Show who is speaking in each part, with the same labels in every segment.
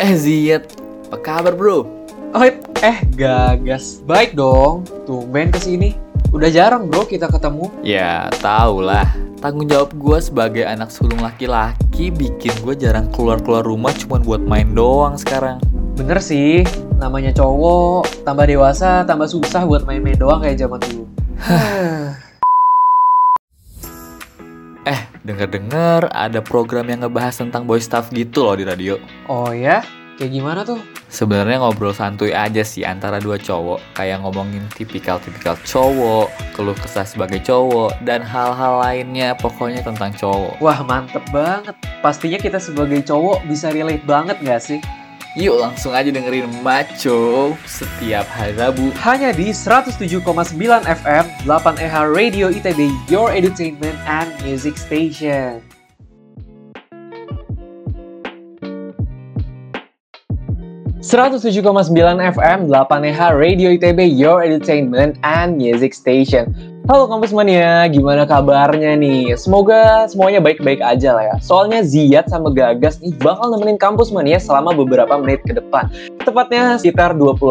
Speaker 1: Ziyad, apa kabar bro?
Speaker 2: Oh, Gagas. Baik dong. Tumben kesini. Udah jarang bro kita ketemu.
Speaker 1: Ya tau lah, tanggung jawab gue sebagai anak sulung laki-laki bikin gue jarang keluar-keluar rumah cuman buat main doang sekarang.
Speaker 2: Bener sih, namanya cowok, tambah dewasa, tambah susah buat main-main doang kayak zaman dulu.
Speaker 1: Dengar-dengar ada program yang ngebahas tentang boy stuff gitu loh di radio.
Speaker 2: Oh ya? Kayak gimana tuh?
Speaker 1: Sebenarnya ngobrol santuy aja sih antara dua cowok, kayak ngomongin tipikal-tipikal cowok, keluh kesah sebagai cowok, dan hal-hal lainnya pokoknya tentang cowok.
Speaker 2: Wah, mantep banget. Pastinya kita sebagai cowok bisa relate banget gak sih?
Speaker 1: Yuk langsung aja dengerin Maco setiap hari Rabu.
Speaker 2: Hanya di 107,9 FM, 8EH Radio ITB, Your Entertainment and Music Station. ...107,9 FM, 8EH Radio ITB, Your Entertainment and Music Station. Halo Kampus Mania, gimana kabarnya nih? Semoga semuanya baik-baik aja lah ya. Soalnya Ziyad sama Gagas nih bakal nemenin Kampus Mania selama beberapa menit ke depan. Tepatnya sekitar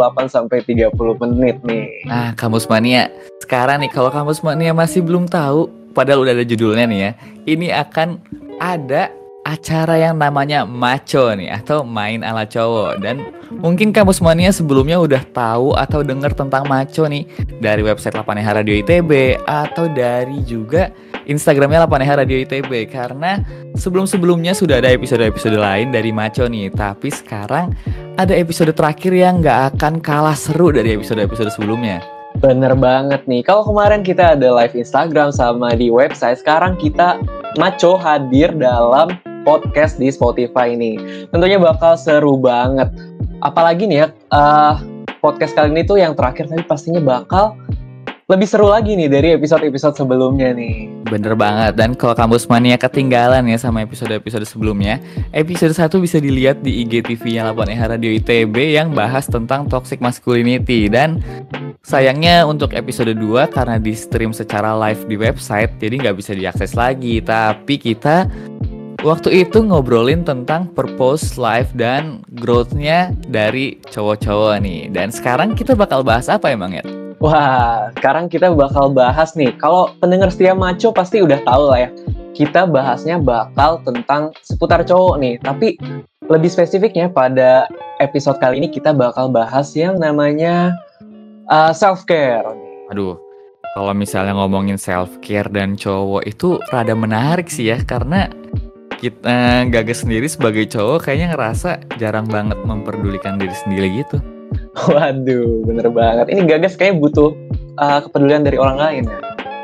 Speaker 2: 28-30 menit nih.
Speaker 1: Nah Kampus Mania, sekarang nih kalau Kampus Mania masih belum tahu, padahal udah ada judulnya nih ya, ini akan ada acara yang namanya Maco nih, atau main ala cowok. Dan mungkin Kampus Mania sebelumnya udah tahu atau denger tentang Maco nih dari website 8EH Radio ITB atau dari juga Instagramnya 8EH Radio ITB, karena sebelum-sebelumnya sudah ada episode-episode lain dari Maco nih. Tapi sekarang ada episode terakhir yang gak akan kalah seru dari episode-episode sebelumnya.
Speaker 2: Bener banget nih, kalau kemarin kita ada live Instagram sama di website, sekarang kita Maco hadir dalam podcast di Spotify ini. Tentunya bakal seru banget. Apalagi nih ya, podcast kali ini tuh yang terakhir, tapi pastinya bakal lebih seru lagi nih dari episode-episode sebelumnya nih.
Speaker 1: Bener banget, dan kalau Kampus Mania ketinggalan ya sama episode-episode sebelumnya, episode 1 bisa dilihat di IGTV-nya 8EH Radio ITB yang bahas tentang toxic masculinity. Dan sayangnya untuk episode 2 karena di stream secara live di website, jadi nggak bisa diakses lagi. Tapi kita waktu itu ngobrolin tentang purpose life dan growth-nya dari cowok-cowok nih. Dan sekarang kita bakal bahas apa emang ya?
Speaker 2: Wah, sekarang kita bakal bahas nih. Kalau pendengar setia Maco pasti udah tahu lah ya. Kita bahasnya bakal tentang seputar cowok nih. Tapi lebih spesifiknya pada episode kali ini kita bakal bahas yang namanya self-care.
Speaker 1: Aduh, kalau misalnya ngomongin self-care dan cowok itu rada menarik sih ya. Karena kita Gagas sendiri sebagai cowok kayaknya ngerasa jarang banget memperdulikan diri sendiri gitu.
Speaker 2: Waduh, bener banget. Ini Gagas kayaknya butuh kepedulian dari orang lain ya.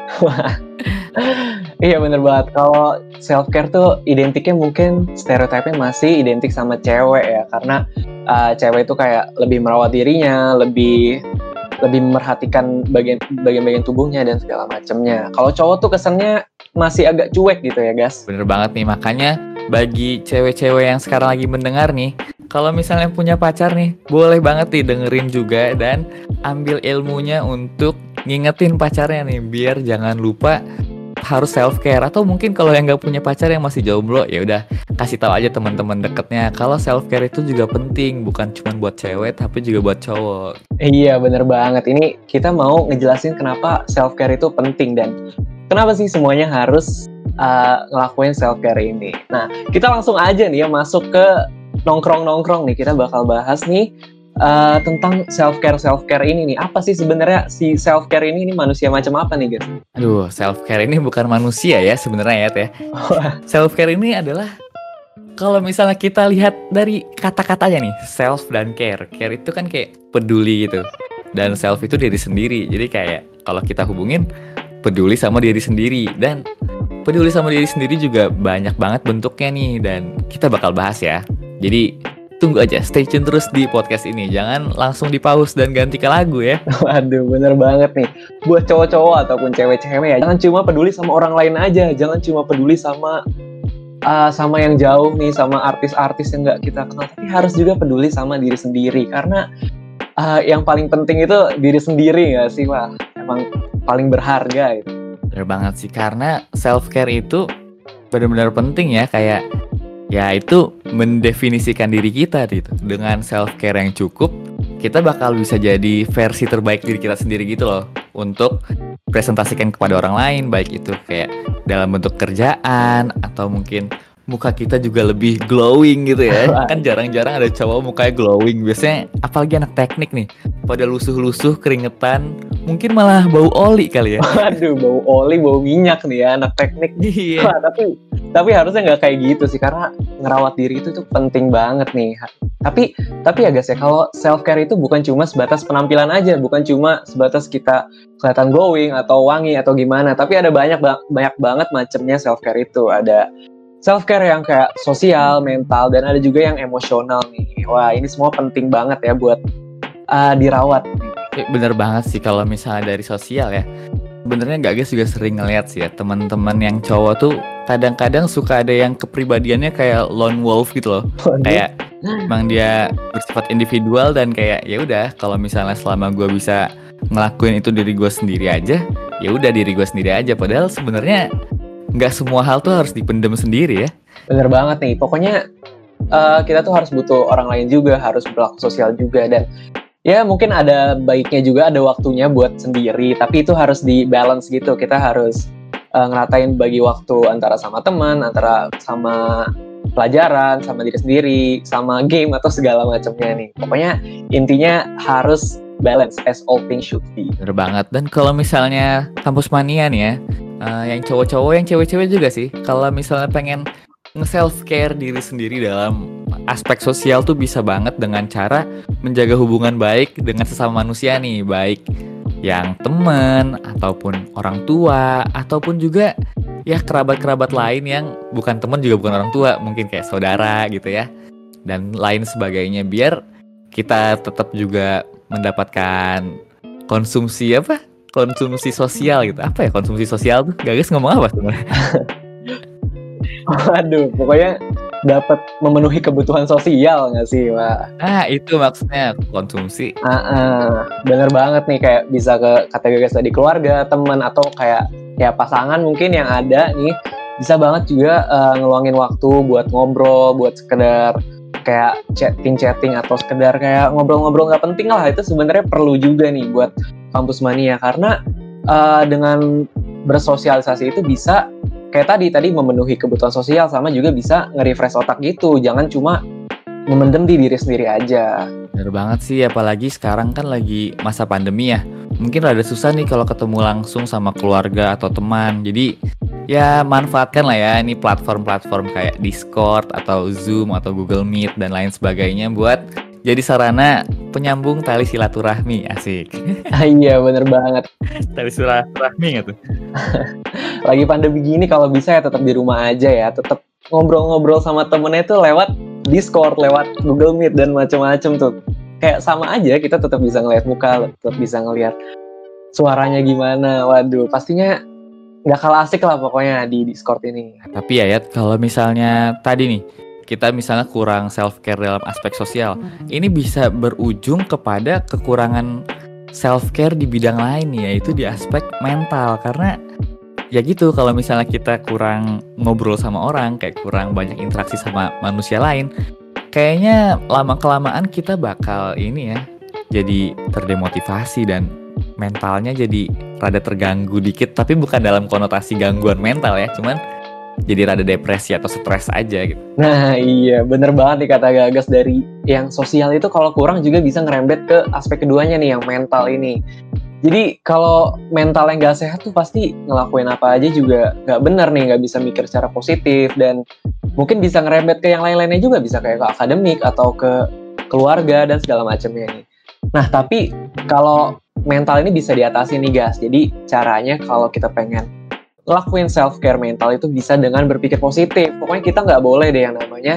Speaker 2: Iya bener banget. Kalau self-care tuh identiknya mungkin stereotipnya masih identik sama cewek ya. Karena cewek itu kayak lebih merawat dirinya, lebih memperhatikan bagian-bagian tubuhnya dan segala macamnya. Kalau cowok tuh kesannya masih agak cuek gitu ya, Gas.
Speaker 1: Bener banget nih, makanya bagi cewek-cewek yang sekarang lagi mendengar nih, kalau misalnya punya pacar nih, boleh banget nih dengerin juga dan ambil ilmunya untuk ngingetin pacarnya nih, biar jangan lupa harus self-care. Atau mungkin kalau yang gak punya pacar yang masih jomblo, ya udah kasih tahu aja teman-teman deketnya kalau self-care itu juga penting, bukan cuma buat cewek tapi juga buat cowok.
Speaker 2: Iya bener banget. Ini kita mau ngejelasin kenapa self-care itu penting dan kenapa sih semuanya harus ngelakuin self-care ini. Nah, kita langsung aja nih ya masuk ke nongkrong-nongkrong nih. Kita bakal bahas nih tentang self-care ini nih. Apa sih sebenarnya si self-care ini manusia macam apa nih, guys?
Speaker 1: Aduh, self-care ini bukan manusia ya sebenarnya ya. Self-care ini adalah, kalau misalnya kita lihat dari kata-katanya nih, self dan care. Care itu kan kayak peduli gitu. Dan self itu diri sendiri. Jadi kayak kalau kita hubungin peduli sama diri sendiri. Dan peduli sama diri sendiri juga banyak banget bentuknya nih. Dan kita bakal bahas ya. Jadi tunggu aja, stay tune terus di podcast ini. Jangan langsung di pause dan ganti ke lagu ya.
Speaker 2: Waduh, bener banget nih. Buat cowok-cowok ataupun cewek-cewek ya, jangan cuma peduli sama orang lain aja. Jangan cuma peduli sama yang jauh nih, sama artis-artis yang gak kita kenal. Tapi harus juga peduli sama diri sendiri. Karena yang paling penting itu diri sendiri gak sih? Wah, emang paling berharga gitu.
Speaker 1: Bener banget sih, karena self-care itu benar-benar penting ya. Kayak ya itu mendefinisikan diri kita gitu. Dengan self care yang cukup, kita bakal bisa jadi versi terbaik diri kita sendiri gitu loh, untuk presentasikan kepada orang lain, baik itu kayak dalam bentuk kerjaan atau mungkin muka kita juga lebih glowing gitu ya. Kan jarang-jarang ada cowok mukanya glowing. Biasanya apalagi anak teknik nih, pada lusuh-lusuh keringetan, mungkin malah bau oli kali ya.
Speaker 2: Waduh, bau oli, bau minyak nih ya anak teknik.
Speaker 1: Iya.
Speaker 2: Wah, tapi harusnya nggak kayak gitu sih, karena ngerawat diri itu tuh penting banget nih. Tapi ya guys ya, kalau self care itu bukan cuma sebatas penampilan aja, bukan cuma sebatas kita kelihatan glowing atau wangi atau gimana, tapi ada banyak banget macamnya self care itu. Ada self care yang kayak sosial, mental, dan ada juga yang emosional nih. Wah, ini semua penting banget ya buat dirawat.
Speaker 1: Bener banget sih kalau misalnya dari sosial ya. Sebenarnya Gagas juga sering ngeliat sih ya, teman-teman yang cowok tuh kadang-kadang suka ada yang kepribadiannya kayak lone wolf gitu loh. Kayak emang dia bersifat individual dan kayak ya udah, kalau misalnya selama gue bisa ngelakuin itu diri gue sendiri aja, ya udah diri gue sendiri aja. Padahal sebenarnya nggak semua hal tuh harus dipendam sendiri ya.
Speaker 2: Bener banget nih, pokoknya kita tuh harus butuh orang lain juga, harus berlaku sosial juga, dan ya mungkin ada baiknya juga ada waktunya buat sendiri, tapi itu harus di-balance gitu. Kita harus ngeratain bagi waktu antara sama teman, antara sama pelajaran, sama diri sendiri, sama game atau segala macamnya nih. Pokoknya intinya harus balance as all things should be.
Speaker 1: Bener banget. Dan kalau misalnya kampus mania nih ya, yang cowok-cowok, yang cewek-cewek juga sih, kalau misalnya pengen nge-self care diri sendiri dalam aspek sosial tuh bisa banget dengan cara menjaga hubungan baik dengan sesama manusia nih, baik yang teman ataupun orang tua ataupun juga ya kerabat-kerabat lain yang bukan teman juga bukan orang tua, mungkin kayak saudara gitu ya, dan lain sebagainya, biar kita tetap juga mendapatkan konsumsi sosial gitu. Apa ya konsumsi sosial tuh? Gagas ngomong apa sebenarnya?
Speaker 2: Waduh, pokoknya dapat memenuhi kebutuhan sosial nggak sih, Pak?
Speaker 1: Itu maksudnya konsumsi.
Speaker 2: Bener banget nih, kayak bisa ke kategori tadi keluarga, teman, atau kayak pasangan mungkin yang ada nih, bisa banget juga ngeluangin waktu buat ngobrol, buat sekedar kayak chatting atau sekedar kayak ngobrol-ngobrol nggak penting lah. Itu sebenarnya perlu juga nih buat kampus mania, karena dengan bersosialisasi itu bisa kayak tadi memenuhi kebutuhan sosial, sama juga bisa nge-refresh otak gitu. Jangan cuma memendam di diri sendiri aja.
Speaker 1: Bener banget sih, apalagi sekarang kan lagi masa pandemi ya. Mungkin rada susah nih kalau ketemu langsung sama keluarga atau teman. Jadi ya manfaatkan lah ya ini platform-platform kayak Discord atau Zoom atau Google Meet dan lain sebagainya buat jadi sarana penyambung tali silaturahmi. Asik.
Speaker 2: Iya, bener banget.
Speaker 1: Tali silaturahmi nggak tuh?
Speaker 2: Lagi pandemi gini kalau bisa ya tetap di rumah aja ya. Tetap ngobrol-ngobrol sama temennya tuh lewat Discord, lewat Google Meet dan macam-macam tuh. Kayak sama aja, kita tetap bisa ngeliat muka, tetap bisa ngeliat suaranya gimana. Waduh, pastinya nggak kalah asik lah pokoknya di Discord ini.
Speaker 1: Tapi ya kalau misalnya tadi nih, kita misalnya kurang self care dalam aspek sosial, ini bisa berujung kepada kekurangan self care di bidang lain nih, yaitu di aspek mental. Karena ya gitu, kalau misalnya kita kurang ngobrol sama orang, kayak kurang banyak interaksi sama manusia lain, kayaknya lama-kelamaan kita bakal ini ya, jadi terdemotivasi dan mentalnya jadi rada terganggu dikit. Tapi bukan dalam konotasi gangguan mental ya, cuman jadi rada depresi atau stres aja gitu.
Speaker 2: Nah iya, bener banget nih kata Gagas. Dari yang sosial itu kalau kurang juga bisa ngerembet ke aspek keduanya nih, yang mental ini. Jadi kalau mental yang gak sehat tuh pasti ngelakuin apa aja juga gak bener nih, gak bisa mikir secara positif, dan mungkin bisa ngerembet ke yang lain-lainnya juga, bisa kayak ke akademik atau ke keluarga dan segala macamnya nih. Nah tapi kalau mental ini bisa diatasi nih guys. Jadi caranya kalau kita pengen ngelakuin self-care mental itu bisa dengan berpikir positif. Pokoknya kita gak boleh deh yang namanya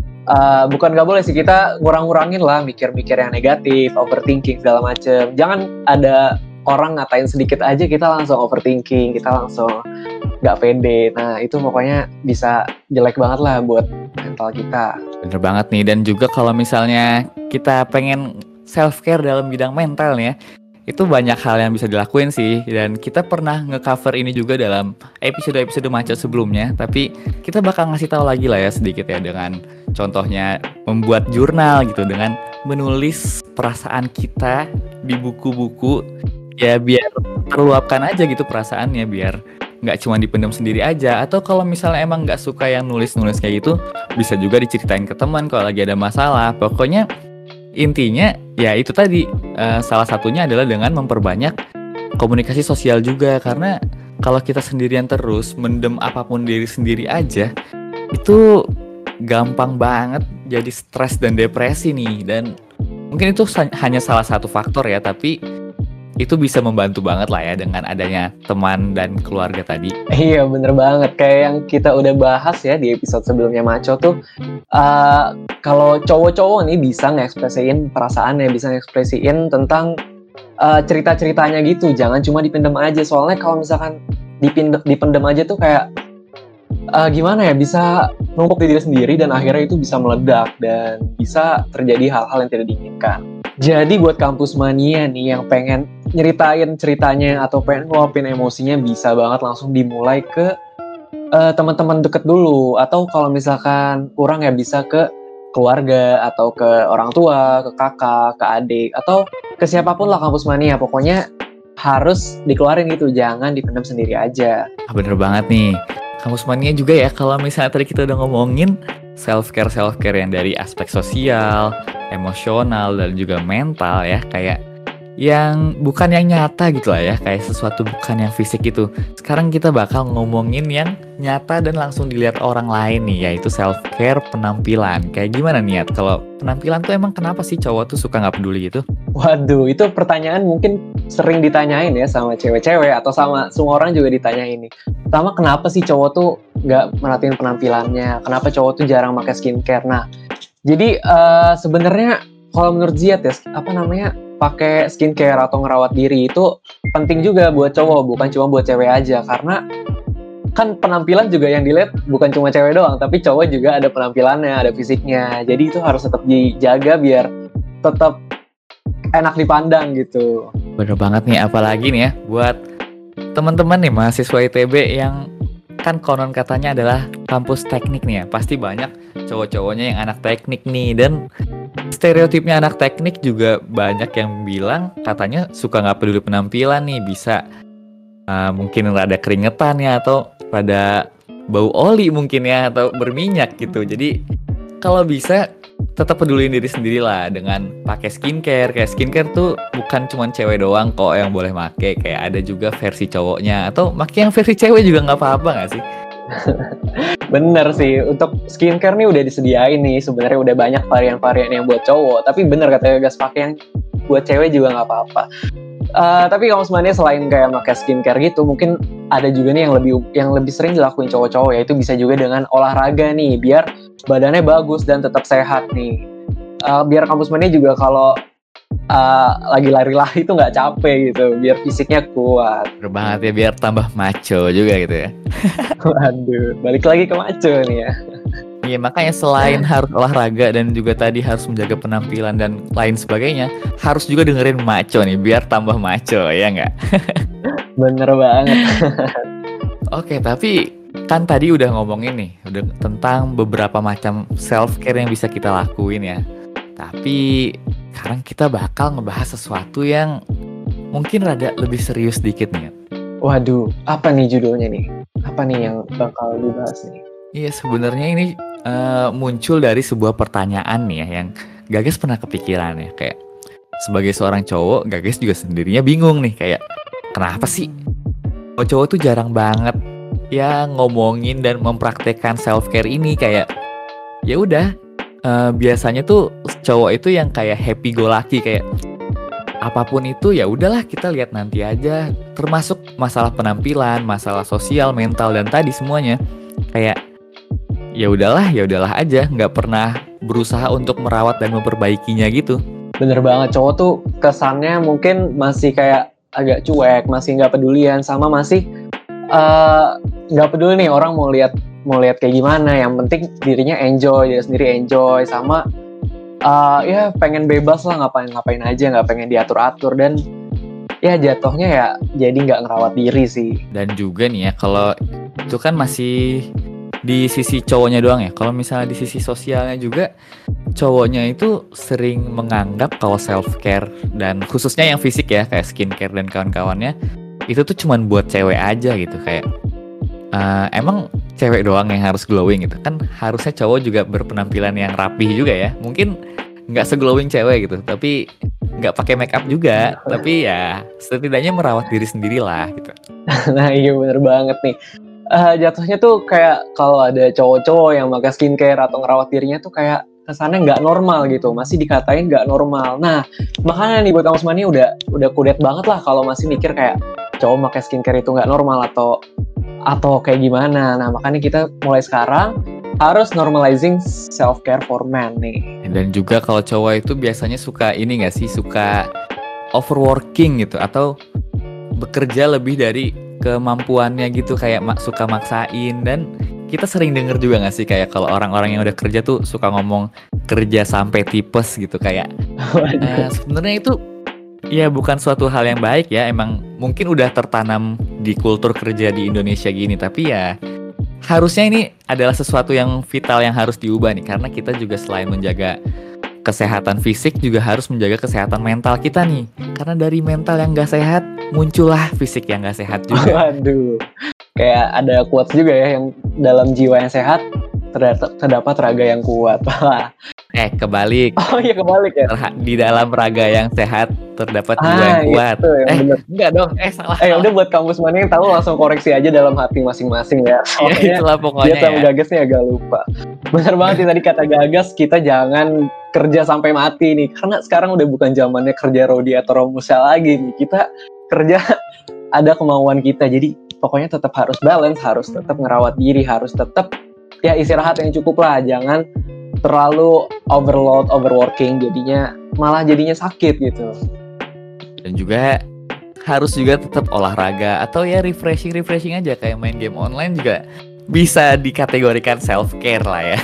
Speaker 2: bukan gak boleh sih, kita ngurang-ngurangin lah mikir-mikir yang negatif, overthinking segala macem. Jangan ada orang ngatain sedikit aja kita langsung overthinking, kita langsung gak pede. Nah itu pokoknya bisa jelek banget lah buat mental kita.
Speaker 1: Bener banget nih. Dan juga kalau misalnya kita pengen self care dalam bidang mental nih ya, Itu banyak hal yang bisa dilakuin sih, dan kita pernah nge-cover ini juga dalam episode-episode Maco sebelumnya, tapi kita bakal ngasih tahu lagi lah ya sedikit ya, dengan contohnya membuat jurnal gitu, dengan menulis perasaan kita di buku-buku, ya biar terluapkan aja gitu perasaannya, biar nggak cuma dipendam sendiri aja. Atau kalau misalnya emang nggak suka yang nulis-nulis kayak gitu, bisa juga diceritain ke teman kalau lagi ada masalah. Pokoknya intinya ya itu tadi, salah satunya adalah dengan memperbanyak komunikasi sosial juga, karena kalau kita sendirian terus mendem apapun diri sendiri aja, itu gampang banget jadi stres dan depresi nih. Dan mungkin itu hanya salah satu faktor ya, tapi itu bisa membantu banget lah ya dengan adanya teman dan keluarga tadi.
Speaker 2: Iya bener banget, kayak yang kita udah bahas ya di episode sebelumnya Maco tuh, kalau cowok-cowok nih bisa ngekspresiin perasaannya, bisa ngekspresiin tentang cerita-ceritanya gitu, jangan cuma dipendam aja. Soalnya kalau misalkan dipendam aja tuh kayak gimana ya, bisa numpuk di diri sendiri dan akhirnya itu bisa meledak dan bisa terjadi hal-hal yang tidak diinginkan. Jadi buat kampus mania nih yang pengen nyeritain ceritanya atau pengen ngeluapin emosinya, bisa banget langsung dimulai ke teman-teman deket dulu, atau kalau misalkan kurang ya bisa ke keluarga atau ke orang tua, ke kakak, ke adik, atau ke siapapun lah kampus mania. Pokoknya harus dikeluarin gitu, jangan dipendam sendiri aja.
Speaker 1: Bener banget nih. Kampus mania juga ya, kalau misalnya tadi kita udah ngomongin self-care yang dari aspek sosial, emosional, dan juga mental ya, kayak yang bukan yang nyata gitu lah ya, kayak sesuatu bukan yang fisik gitu. Sekarang kita bakal ngomongin yang nyata dan langsung dilihat orang lain nih, yaitu self-care penampilan. Kayak gimana nih, kalau penampilan tuh emang kenapa sih cowok tuh suka nggak peduli gitu?
Speaker 2: Waduh, itu pertanyaan mungkin sering ditanyain ya sama cewek-cewek, atau sama semua orang juga ditanyain nih. Pertama, kenapa sih cowok tuh nggak merhatiin penampilannya? Kenapa cowok tuh jarang pakai skincare? Nah, jadi sebenarnya kalau menurut Ziad ya, pakai skincare atau ngerawat diri itu penting juga buat cowok, bukan cuma buat cewek aja. Karena kan penampilan juga yang dilihat bukan cuma cewek doang, tapi cowok juga ada penampilannya, ada fisiknya. Jadi itu harus tetap dijaga biar tetap enak dipandang gitu.
Speaker 1: Bener banget nih, apalagi nih ya buat teman-teman nih mahasiswa ITB yang kan konon katanya adalah kampus teknik nih ya. Pasti banyak cowok-cowoknya yang anak teknik nih, dan stereotipnya anak teknik juga banyak yang bilang katanya suka nggak peduli penampilan nih, bisa mungkin rada keringetan ya, atau pada bau oli mungkin ya, atau berminyak gitu. Jadi kalau bisa tetap peduliin diri sendiri lah dengan pakai skincare. Kayak skincare tuh bukan cuma cewek doang kok yang boleh make, kayak ada juga versi cowoknya, atau make yang versi cewek juga nggak apa-apa nggak sih?
Speaker 2: Bener sih, untuk skincare nih udah disediain nih, sebenarnya udah banyak varian-varian yang buat cowok, tapi bener kata Gas, pakai yang buat cewek juga nggak apa-apa. Tapi kalau sebenarnya selain kayak pakai skincare gitu, mungkin ada juga nih yang lebih sering dilakuin cowok-cowok, yaitu bisa juga dengan olahraga nih, biar badannya bagus dan tetap sehat nih. Biar kampus mania juga kalau lagi lari-lari itu nggak capek gitu, biar fisiknya kuat.
Speaker 1: Bener banget ya, biar tambah maco juga gitu ya.
Speaker 2: Waduh, balik lagi ke maco nih ya.
Speaker 1: Iya, makanya selain harus olahraga dan juga tadi harus menjaga penampilan dan lain sebagainya, harus juga dengerin maco nih, biar tambah maco, ya nggak?
Speaker 2: Bener banget.
Speaker 1: Oke, tapi kan tadi udah ngomongin nih, udah tentang beberapa macam self-care yang bisa kita lakuin ya. Tapi sekarang kita bakal ngebahas sesuatu yang mungkin rada lebih serius dikit nih.
Speaker 2: Waduh, apa nih judulnya nih? Apa nih yang bakal dibahas nih?
Speaker 1: Iya, sebenarnya ini muncul dari sebuah pertanyaan nih ya, yang Gagas pernah kepikiran ya. Kayak sebagai seorang cowok, Gagas juga sendirinya bingung nih, kayak kenapa sih cowok tuh jarang banget ya ngomongin dan mempraktekkan self care ini. Kayak ya udah, biasanya tuh cowok itu yang kayak happy go lucky, kayak apapun itu ya udahlah kita lihat nanti aja, termasuk masalah penampilan, masalah sosial, mental, dan tadi semuanya kayak ya udahlah aja, nggak pernah berusaha untuk merawat dan memperbaikinya gitu.
Speaker 2: Bener banget, cowok tuh kesannya mungkin masih kayak agak cuek, masih nggak pedulian, sama masih nggak peduli nih orang mau lihat kayak gimana. Yang penting dirinya enjoy, dia sendiri enjoy, sama ya pengen bebas lah, ngapain aja, nggak pengen diatur-atur. Dan ya jatuhnya ya jadi nggak ngerawat diri sih.
Speaker 1: Dan juga nih ya, kalau itu kan masih di sisi cowoknya doang ya. Kalau misalnya di sisi sosialnya juga, cowoknya itu sering menganggap kalau self care dan khususnya yang fisik ya, kayak skincare dan kawan-kawannya, itu tuh cuman buat cewek aja gitu. Kayak emang cewek doang yang harus glowing gitu kan? Harusnya cowok juga berpenampilan yang rapih juga ya. Mungkin nggak seglowing cewek gitu, tapi nggak pakai make up juga, tapi ya setidaknya merawat diri sendiri lah gitu.
Speaker 2: Nah iya bener banget nih. Jatuhnya tuh kayak kalau ada cowok-cowok yang pakai skincare atau ngerawat dirinya tuh kayak kesannya nggak normal gitu, masih dikatain nggak normal. Nah makanya nih buat kamu semua nih udah kudet banget lah kalau masih mikir kayak cowok pakai skincare itu nggak normal atau kayak gimana. Nah makanya kita mulai sekarang harus normalizing self care for men nih.
Speaker 1: Dan juga kalau cowok itu biasanya suka ini nggak sih, suka overworking gitu atau bekerja lebih dari kemampuannya gitu, kayak suka maksain. Dan kita sering denger juga nggak sih kayak kalau orang-orang yang udah kerja tuh suka ngomong kerja sampai tipes gitu, kayak sebenarnya itu ya bukan suatu hal yang baik ya, emang mungkin udah tertanam di kultur kerja di Indonesia gini, tapi ya harusnya ini adalah sesuatu yang vital yang harus diubah nih, karena kita juga selain menjaga kesehatan fisik juga harus menjaga kesehatan mental kita nih, karena dari mental yang gak sehat muncullah fisik yang gak sehat juga.
Speaker 2: Waduh, kayak ada quotes juga ya yang dalam jiwa yang sehat terdapat raga yang kuat.
Speaker 1: Kebalik.
Speaker 2: Oh iya kebalik ya.
Speaker 1: Di dalam raga yang sehat terdapat jiwa yang kuat.
Speaker 2: Bener.
Speaker 1: Enggak dong. Salah.
Speaker 2: Udah buat kamu semua yang tahu langsung koreksi aja dalam hati masing-masing ya.
Speaker 1: Iya itulah pokoknya.
Speaker 2: Dia sama Gagas nih agak lupa. Bener banget nih tadi kata Gagas, kita jangan kerja sampai mati nih, karena sekarang udah bukan zamannya kerja Rodi atau Romusa lagi nih. Kita kerja ada kemauan kita, jadi pokoknya tetap harus balance, harus tetap ngerawat diri, harus tetap ya istirahat yang cukup lah, jangan terlalu overworking, malah jadinya sakit gitu.
Speaker 1: Dan juga harus juga tetap olahraga atau ya refreshing aja, kayak main game online juga bisa dikategorikan self care lah ya.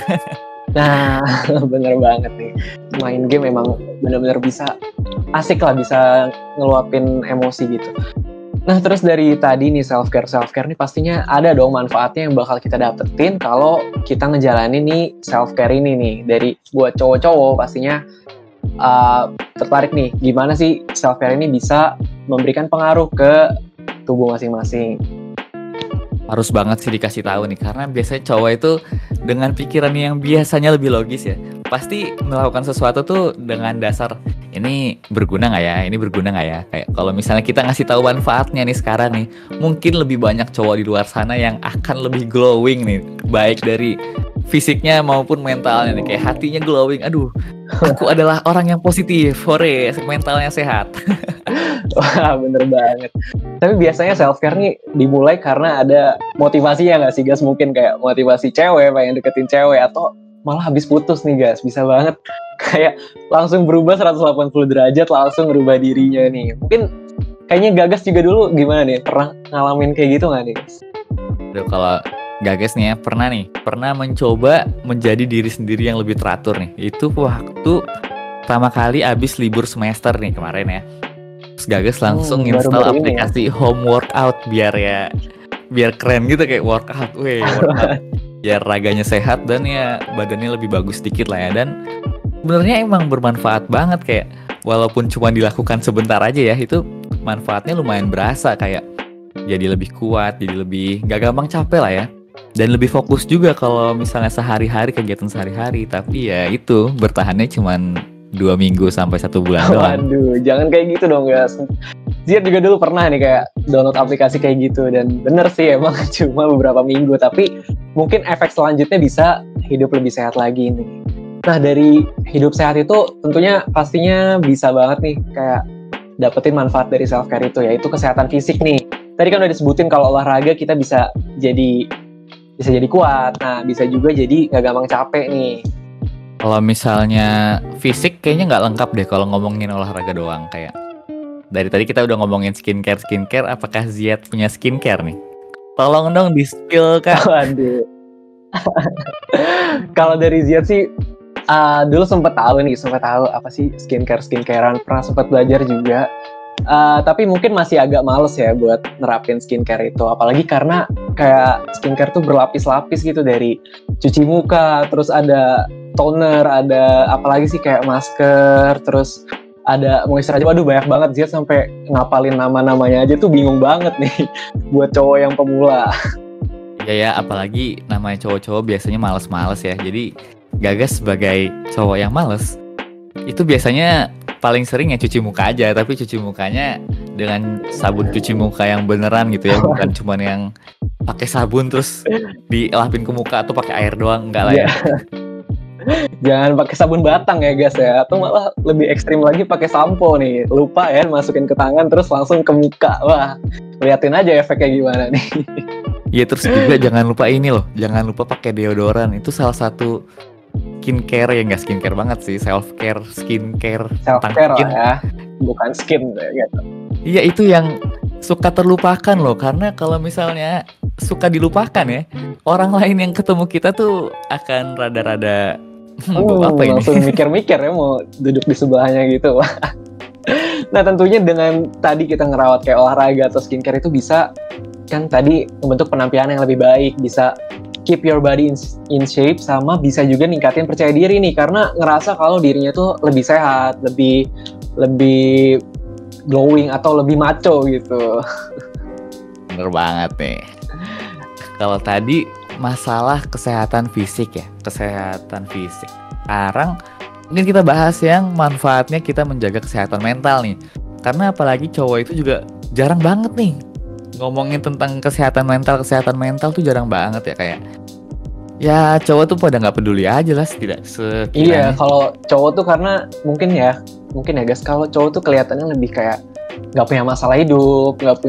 Speaker 2: Nah bener banget nih, main game emang bener-bener bisa asik lah, bisa ngeluapin emosi gitu. Nah terus dari tadi nih self care nih pastinya ada dong manfaatnya yang bakal kita dapetin kalau kita ngejalanin nih self care ini nih. Dari buat cowok-cowok pastinya tertarik nih, gimana sih self care ini bisa memberikan pengaruh ke tubuh masing-masing.
Speaker 1: Harus banget sih dikasih tahu nih, karena biasanya cowok itu dengan pikiran yang biasanya lebih logis ya, pasti melakukan sesuatu tuh dengan dasar ini berguna nggak ya, ini berguna nggak ya. Kayak kalau misalnya kita ngasih tahu manfaatnya nih sekarang nih, mungkin lebih banyak cowok di luar sana yang akan lebih glowing nih, baik dari fisiknya maupun mentalnya nih, kayak hatinya glowing. Aduh, aku adalah orang yang positif, hore, mentalnya sehat.
Speaker 2: Wah bener banget. Tapi biasanya self care nih dimulai karena ada motivasi ya nggak sih Gas? Mungkin kayak motivasi cewek, pengen deketin cewek, atau malah habis putus nih Gas. Bisa banget kayak langsung berubah 180 derajat, langsung berubah dirinya nih. Mungkin kayaknya Gagas juga dulu gimana nih? Pernah ngalamin kayak gitu nggak nih Gas?
Speaker 1: Aduh, kalau Gagas nih ya, pernah mencoba menjadi diri sendiri yang lebih teratur nih. Itu waktu pertama kali abis libur semester nih kemarin ya. Terus Gagas langsung install aplikasi home workout biar keren gitu, kayak workout. Biar raganya sehat dan ya badannya lebih bagus sedikit lah ya. Dan sebenarnya emang bermanfaat banget, kayak walaupun cuma dilakukan sebentar aja ya, itu manfaatnya lumayan berasa, kayak jadi lebih kuat, jadi lebih gak gampang capek lah ya. Dan lebih fokus juga kalau misalnya kegiatan sehari-hari. Tapi ya itu bertahannya cuman 2 minggu sampai 1 bulan doang.
Speaker 2: Waduh, jangan kayak gitu dong Gas. Ziad juga dulu pernah nih kayak download aplikasi kayak gitu, dan bener sih emang cuma beberapa minggu, tapi mungkin efek selanjutnya bisa hidup lebih sehat lagi nih. Nah dari hidup sehat itu tentunya pastinya bisa banget nih kayak dapetin manfaat dari self care itu, yaitu kesehatan fisik nih. Tadi kan udah disebutin kalau olahraga kita bisa jadi kuat, nah bisa juga jadi gak gampang capek nih.
Speaker 1: Kalau misalnya fisik kayaknya nggak lengkap deh kalau ngomongin olahraga doang. Kayak dari tadi kita udah ngomongin skincare, apakah Ziad punya skincare nih? Tolong dong di-spill Kak.
Speaker 2: Waduh. Kalau dari Ziad sih dulu sempat tahu apa sih skincarean, pernah sempat belajar juga. Tapi mungkin masih agak males ya buat nerapin skincare itu. Apalagi karena kayak skincare tuh berlapis-lapis gitu, dari cuci muka, terus ada toner, ada apalagi sih kayak masker, terus ada moisturizer. Waduh, banyak banget sih, sampai ngapalin nama-namanya aja tuh bingung banget nih buat cowok yang pemula.
Speaker 1: Ya, apalagi namanya cowok-cowok biasanya males-males ya. Jadi Gagas sebagai cowok yang males, itu biasanya paling sering ya cuci muka aja, tapi cuci mukanya dengan sabun cuci muka yang beneran gitu ya, bukan cuman yang pakai sabun terus dilapin ke muka atau pakai air doang, enggak lah ya.
Speaker 2: Jangan pakai sabun batang ya guys ya, atau malah lebih ekstrim lagi pakai sampo nih, lupa ya masukin ke tangan terus langsung ke muka. Wah, liatin aja efeknya gimana nih.
Speaker 1: Iya, terus juga jangan lupa ini loh, jangan lupa pakai deodoran. Itu salah satu skincare, ya nggak skincare banget sih, self-care, skincare tentang
Speaker 2: Self-care
Speaker 1: skin.
Speaker 2: lah ya, bukan skin gitu.
Speaker 1: Iya, itu yang suka terlupakan loh, karena kalau misalnya suka dilupakan ya, orang lain yang ketemu kita tuh akan rada-rada apa ini?
Speaker 2: Langsung mikir-mikir ya mau duduk di sebelahnya gitu. Nah, tentunya dengan tadi kita ngerawat kayak olahraga atau skincare itu bisa kan tadi membentuk penampilan yang lebih baik, bisa keep your body in shape, sama bisa juga ningkatin percaya diri nih, karena ngerasa kalau dirinya tuh lebih sehat, lebih glowing atau lebih macho gitu.
Speaker 1: Bener banget nih. Kalau tadi masalah kesehatan fisik ya, kesehatan fisik. Sekarang mungkin kita bahas yang manfaatnya kita menjaga kesehatan mental nih. Karena apalagi cowok itu juga jarang banget nih ngomongin tentang kesehatan mental tuh jarang banget ya, kayak ya cowok tuh pada nggak peduli aja lah sekiranya.
Speaker 2: Iya, kalau cowok tuh karena mungkin ya guys, kalau cowok tuh kelihatannya lebih kayak nggak punya masalah hidup, nggak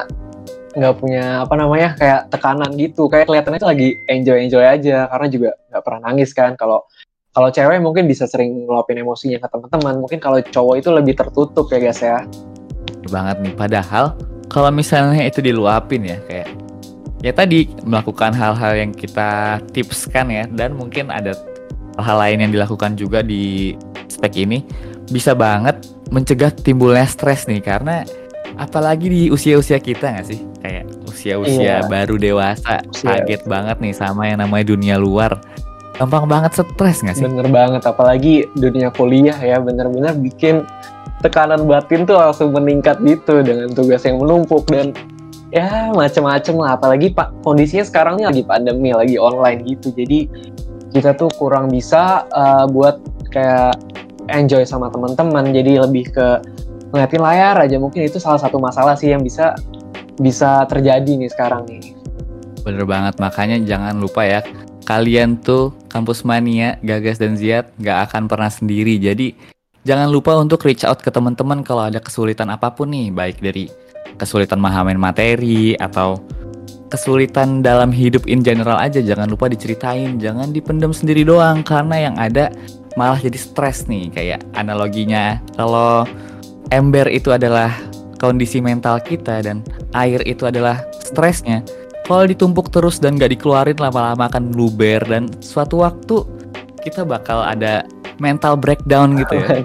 Speaker 2: punya apa namanya kayak tekanan gitu, kayak kelihatannya tuh lagi enjoy aja, karena juga nggak pernah nangis kan. Kalau cewek mungkin bisa sering ngeluapin emosinya ke teman-teman, mungkin kalau cowok itu lebih tertutup ya guys ya.
Speaker 1: Banget nih, padahal kalau misalnya itu diluapin ya, kayak ya tadi melakukan hal-hal yang kita tipskan ya, dan mungkin ada hal lain yang dilakukan juga di spek ini, bisa banget mencegah timbulnya stres nih. Karena apalagi di usia-usia kita nggak sih, kayak usia-usia baru dewasa, kaget banget nih sama yang namanya dunia luar, gampang banget stres nggak sih?
Speaker 2: Bener banget, apalagi dunia kuliah ya, bener-bener bikin tekanan batin tuh langsung meningkat gitu dengan tugas yang menumpuk dan ya macem-macem lah. Apalagi kondisinya sekarang ini lagi pandemi, lagi online gitu, jadi kita tuh kurang bisa buat kayak enjoy sama teman-teman, jadi lebih ke ngeliatin layar aja. Mungkin itu salah satu masalah sih yang bisa terjadi nih sekarang nih.
Speaker 1: Bener banget, makanya jangan lupa ya, kalian tuh Kampus Mania, Gagas dan Ziad gak akan pernah sendiri. Jadi jangan lupa untuk reach out ke teman-teman kalau ada kesulitan apapun nih, baik dari kesulitan memahami materi atau kesulitan dalam hidup in general aja. Jangan lupa diceritain, jangan dipendam sendiri doang, karena yang ada malah jadi stres nih. Kayak analoginya, kalau ember itu adalah kondisi mental kita dan air itu adalah stresnya, kalau ditumpuk terus dan gak dikeluarin, lama-lama akan luber dan suatu waktu kita bakal ada mental breakdown gitu ya.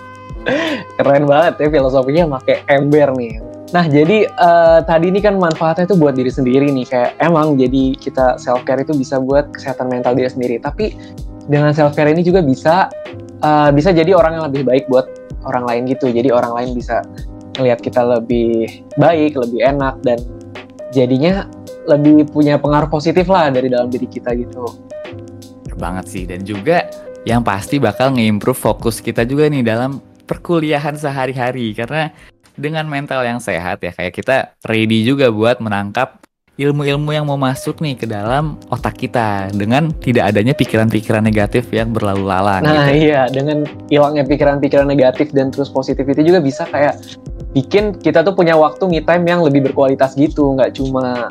Speaker 2: Keren banget ya filosofinya pakai ember nih. Nah, jadi tadi ini kan manfaatnya itu buat diri sendiri nih, kayak emang jadi kita self care itu bisa buat kesehatan mental diri sendiri. Tapi dengan self care ini juga bisa jadi orang yang lebih baik buat orang lain gitu. Jadi orang lain bisa ngelihat kita lebih baik, lebih enak, dan jadinya lebih punya pengaruh positif lah dari dalam diri kita gitu.
Speaker 1: Banget sih, dan juga yang pasti bakal nge-improve fokus kita juga nih dalam perkuliahan sehari-hari. Karena dengan mental yang sehat ya, kayak kita ready juga buat menangkap ilmu-ilmu yang mau masuk nih ke dalam otak kita, dengan tidak adanya pikiran-pikiran negatif yang berlalu lalang.
Speaker 2: Nah
Speaker 1: gitu.
Speaker 2: iya, dengan hilangnya pikiran-pikiran negatif dan terus positif itu juga bisa kayak bikin kita tuh punya waktu me time yang lebih berkualitas gitu. Nggak cuma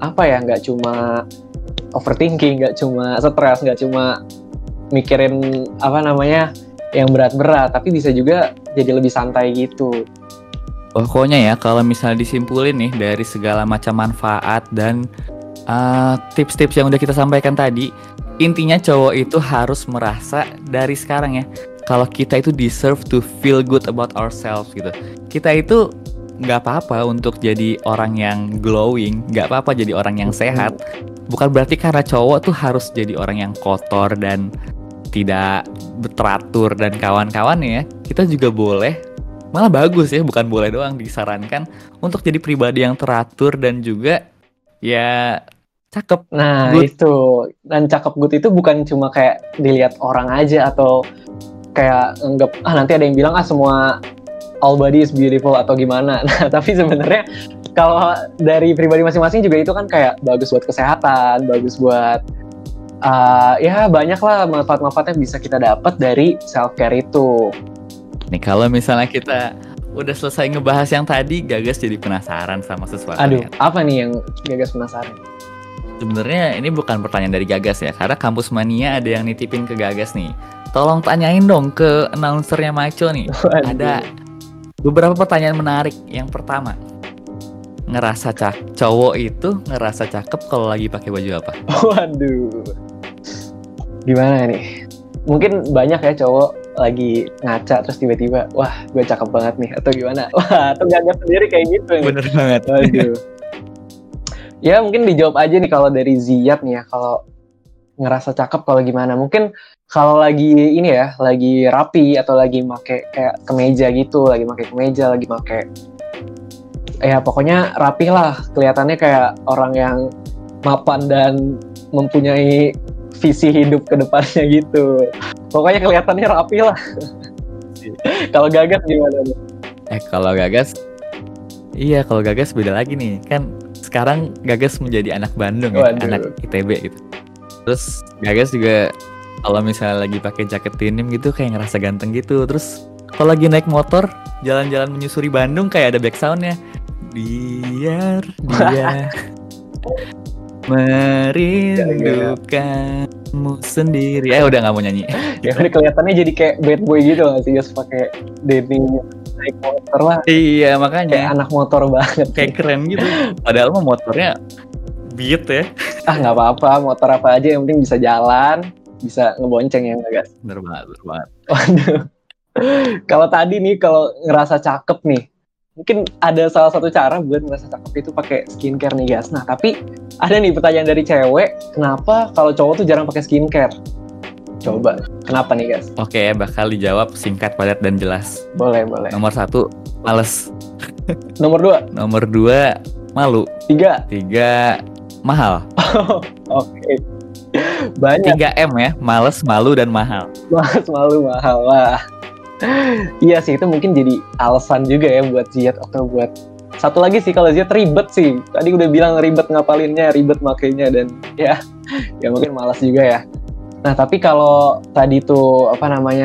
Speaker 2: overthinking, nggak cuma stres, nggak cuma mikirin yang berat-berat, tapi bisa juga jadi lebih santai gitu.
Speaker 1: Pokoknya ya, kalau misalnya disimpulin nih dari segala macam manfaat dan tips-tips yang udah kita sampaikan tadi, intinya cowok itu harus merasa dari sekarang ya, kalau kita itu deserve to feel good about ourselves gitu. Kita itu nggak apa-apa untuk jadi orang yang glowing, nggak apa-apa jadi orang yang sehat. Bukan berarti karena cowok tuh harus jadi orang yang kotor dan tidak teratur dan kawan-kawannya ya. Kita juga boleh, malah bagus ya, bukan boleh doang, disarankan untuk jadi pribadi yang teratur dan juga ya cakep.
Speaker 2: Nah,
Speaker 1: Good.
Speaker 2: itu. Dan cakep good itu bukan cuma kayak dilihat orang aja atau kayak anggap nanti ada yang bilang semua all body is beautiful atau gimana. Nah, tapi sebenarnya kalau dari pribadi masing-masing juga itu kan kayak bagus buat kesehatan, bagus buat ya banyak lah manfaat-manfaat yang bisa kita dapat dari self care itu.
Speaker 1: Nih kalau misalnya kita udah selesai ngebahas yang tadi, Gagas jadi penasaran sama sesuatu.
Speaker 2: Aduh, apa nih yang Gagas penasaran?
Speaker 1: Sebenarnya ini bukan pertanyaan dari Gagas ya, karena Kampus Mania ada yang nitipin ke Gagas nih. Tolong tanyain dong ke announcernya Maco nih.
Speaker 2: Waduh.
Speaker 1: Ada beberapa pertanyaan menarik. Yang pertama, cowok itu ngerasa cakep kalau lagi pakai baju apa?
Speaker 2: Waduh. Gimana nih? Mungkin banyak ya cowok lagi ngaca terus tiba-tiba, wah gue cakep banget nih, atau gimana? Wah, atau Gagas sendiri kayak gitu nih.
Speaker 1: Bener banget.
Speaker 2: Waduh. Ya mungkin dijawab aja nih kalau dari Ziyad nih ya, kalau ngerasa cakep kalau gimana? Mungkin kalau lagi ini ya, lagi rapi atau lagi make kayak kemeja gitu, lagi make ya pokoknya rapi lah, kelihatannya kayak orang yang mapan dan mempunyai visi hidup ke depannya gitu. Pokoknya kelihatannya rapi lah. Kalau Gagas gimana nih?
Speaker 1: Kalau Gagas beda lagi nih. Kan sekarang Gagas menjadi anak Bandung ya, anak ITB gitu. Terus Gagas juga kalau misalnya lagi pakai jaket denim gitu kayak ngerasa ganteng gitu. Terus kalau lagi naik motor jalan-jalan menyusuri Bandung kayak ada back sound-nya. Biar dia merindukanmu sendiri. Udah nggak mau nyanyi.
Speaker 2: Ya udah kelihatannya jadi kayak bad boy gitu nggak sih, Gas pakai denim naik motor lah.
Speaker 1: Iya makanya.
Speaker 2: Kayak anak motor banget.
Speaker 1: Kayak keren gitu. Padahal mah motornya beat ya.
Speaker 2: Nggak apa-apa, motor apa aja yang penting bisa jalan, bisa ngebonceng ya nggak, Gas?
Speaker 1: Bener banget.
Speaker 2: Waduh. Kalau tadi nih, kalau ngerasa cakep nih, mungkin ada salah satu cara buat ngerasa cakep itu pakai skincare nih, Gas. Nah, tapi ada nih pertanyaan dari cewek, kenapa kalau cowok tuh jarang pakai skincare? Coba, kenapa nih, Gas?
Speaker 1: Oke, bakal dijawab singkat, padat, dan jelas.
Speaker 2: Boleh.
Speaker 1: Nomor 1, males.
Speaker 2: Nomor 2,
Speaker 1: malu.
Speaker 2: 3,
Speaker 1: mahal.
Speaker 2: Oke. Banyak.
Speaker 1: 3M ya, males, malu, dan mahal.
Speaker 2: Mas, malu, mahal. Wah. Iya sih, itu mungkin jadi alasan juga ya buat Ziyad, atau buat satu lagi sih, kalau Ziyad ribet sih. Tadi udah bilang ribet ngapalinnya, ribet makainya, dan ya mungkin malas juga ya. Nah, tapi kalau tadi tuh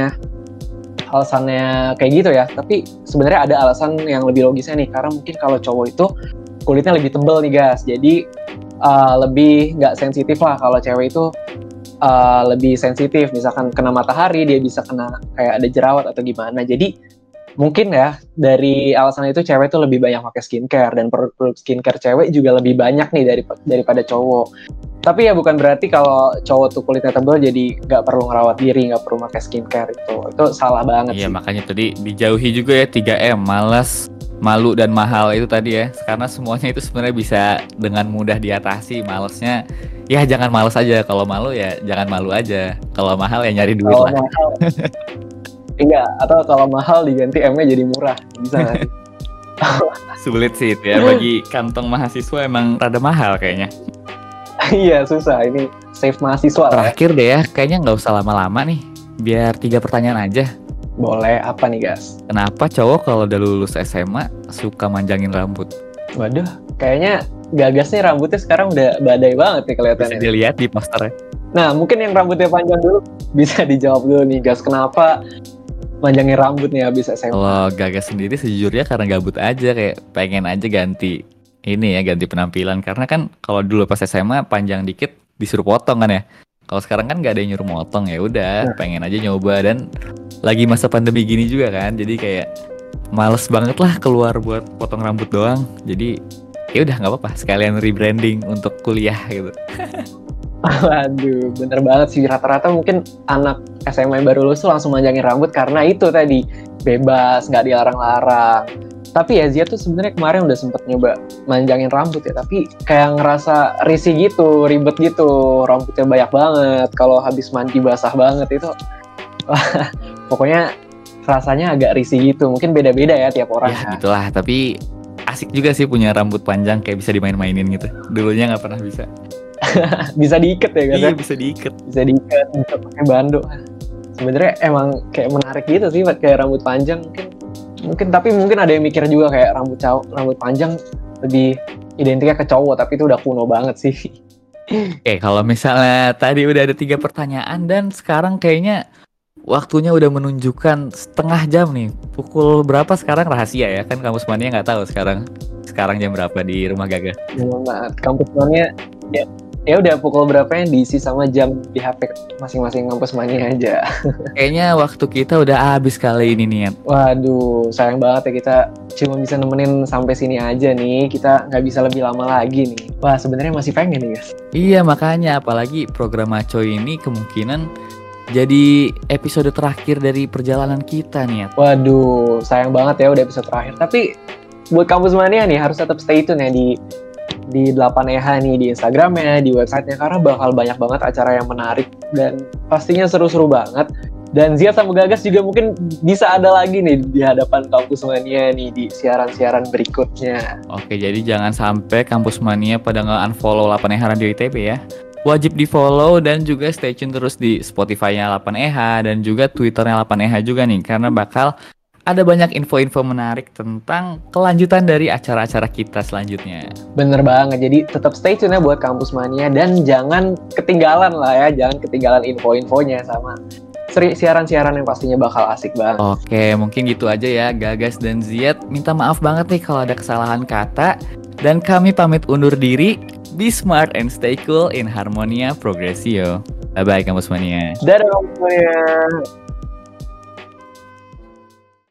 Speaker 2: alasannya kayak gitu ya, tapi sebenarnya ada alasan yang lebih logisnya nih, karena mungkin kalau cowok itu kulitnya lebih tebal nih, Gas. Jadi lebih nggak sensitif lah. Kalau cewek itu lebih sensitif, misalkan kena matahari dia bisa kena kayak ada jerawat atau gimana. Jadi mungkin ya dari alasan itu cewek tuh lebih banyak pakai skincare, dan produk skincare cewek juga lebih banyak nih daripada cowok. Tapi ya bukan berarti kalau cowok tuh kulitnya tebal jadi nggak perlu ngerawat diri, nggak perlu pakai skincare, itu salah banget sih.
Speaker 1: Iya, makanya tadi dijauhi juga ya 3M, malas, malu, dan mahal itu tadi ya, karena semuanya itu sebenarnya bisa dengan mudah diatasi. Malesnya ya jangan malas aja, kalau malu ya jangan malu aja, kalau mahal ya nyari duit lah.
Speaker 2: Mahal, iya, atau kalau mahal diganti M-nya jadi murah, bisa nggak sih?
Speaker 1: Sulit sih itu ya, bagi kantong mahasiswa emang rada mahal kayaknya.
Speaker 2: Iya, susah, ini save mahasiswa.
Speaker 1: Terakhir deh ya, kayaknya nggak usah lama-lama nih, biar 3 pertanyaan aja.
Speaker 2: Boleh, apa nih, Gas?
Speaker 1: Kenapa cowok kalau udah lulus SMA suka manjangin rambut?
Speaker 2: Waduh, kayaknya Gagas nih rambutnya sekarang udah badai banget nih kelihatannya.
Speaker 1: Bisa dilihat di posternya.
Speaker 2: Nah, mungkin yang rambutnya panjang dulu bisa dijawab dulu nih, Gas. Kenapa manjangin rambut nih habis SMA?
Speaker 1: Kalau Gagas sendiri sejujurnya karena gabut aja, kayak pengen aja ganti penampilan. Karena kan kalau dulu pas SMA panjang dikit disuruh potong kan ya. Kalau sekarang kan nggak ada yang nyuruh motong, ya udah pengen aja nyoba, dan lagi masa pandemi gini juga kan, jadi kayak males banget lah keluar buat potong rambut doang. Jadi ya udah nggak apa-apa, sekalian rebranding untuk kuliah gitu.
Speaker 2: Waduh, bener banget sih, rata-rata mungkin anak SMA baru lulus tuh langsung manjangin rambut karena itu tadi bebas, nggak dilarang-larang. Tapi ya Zia tuh sebenarnya kemarin udah sempet nyoba manjangin rambut ya, tapi kayak ngerasa risih gitu, ribet gitu, rambutnya banyak banget. Kalau habis mandi basah banget itu, wah, pokoknya rasanya agak risih gitu. Mungkin beda-beda ya tiap orang.
Speaker 1: Ya gitulah, tapi asik juga sih punya rambut panjang kayak bisa dimain-mainin gitu. Dulunya nggak pernah bisa.
Speaker 2: Bisa diikat ya kan?
Speaker 1: Iya bisa diikat.
Speaker 2: Bisa diikat, bisa pakai bando. Sebenarnya emang kayak menarik gitu sih kayak rambut panjang mungkin tapi mungkin ada yang mikir juga kayak rambut panjang lebih identiknya ke cowok, tapi itu udah kuno banget sih.
Speaker 1: Oke, kalau misalnya tadi udah ada 3 pertanyaan dan sekarang kayaknya waktunya udah menunjukkan setengah jam nih. Pukul berapa sekarang rahasia ya kan, Kampus Mania nggak tahu sekarang jam berapa di rumah Gaga.
Speaker 2: Memang banget. Kampus Mania ya udah pukul berapa yang diisi sama jam di HP masing-masing Kampus Mania aja.
Speaker 1: Kayaknya waktu kita udah habis kali ini nih.
Speaker 2: Waduh, sayang banget ya kita cuma bisa nemenin sampai sini aja nih. Kita nggak bisa lebih lama lagi nih. Wah, sebenarnya masih pengen nih guys.
Speaker 1: Iya makanya, apalagi program Maco ini kemungkinan jadi episode terakhir dari perjalanan kita nih.
Speaker 2: Waduh, sayang banget ya udah episode terakhir. Tapi buat Kampus Mania nih harus tetap stay tune ya di 8EH nih, di Instagramnya, di websitenya, karena bakal banyak banget acara yang menarik dan pastinya seru-seru banget. Dan Zia sama Gagas juga mungkin bisa ada lagi nih di hadapan Kampus Mania nih di siaran-siaran berikutnya.
Speaker 1: Oke, jadi jangan sampai Kampus Mania pada nge-unfollow 8EH Radio ITB ya. Wajib di follow dan juga stay tune terus di Spotify-nya 8EH dan juga Twitter-nya 8EH juga nih, karena bakal ada banyak info-info menarik tentang kelanjutan dari acara-acara kita selanjutnya.
Speaker 2: Bener banget, jadi tetap stay tune ya buat Kampus Mania dan jangan ketinggalan lah ya, jangan ketinggalan info-infonya sama siaran-siaran yang pastinya bakal asik banget.
Speaker 1: Oke, mungkin gitu aja ya Gagas dan Ziad. Minta maaf banget nih kalau ada kesalahan kata. Dan kami pamit undur diri. Be smart and stay cool in Harmonia Progressio. Bye-bye Kampus Mania.
Speaker 2: Dadah Kampus Mania.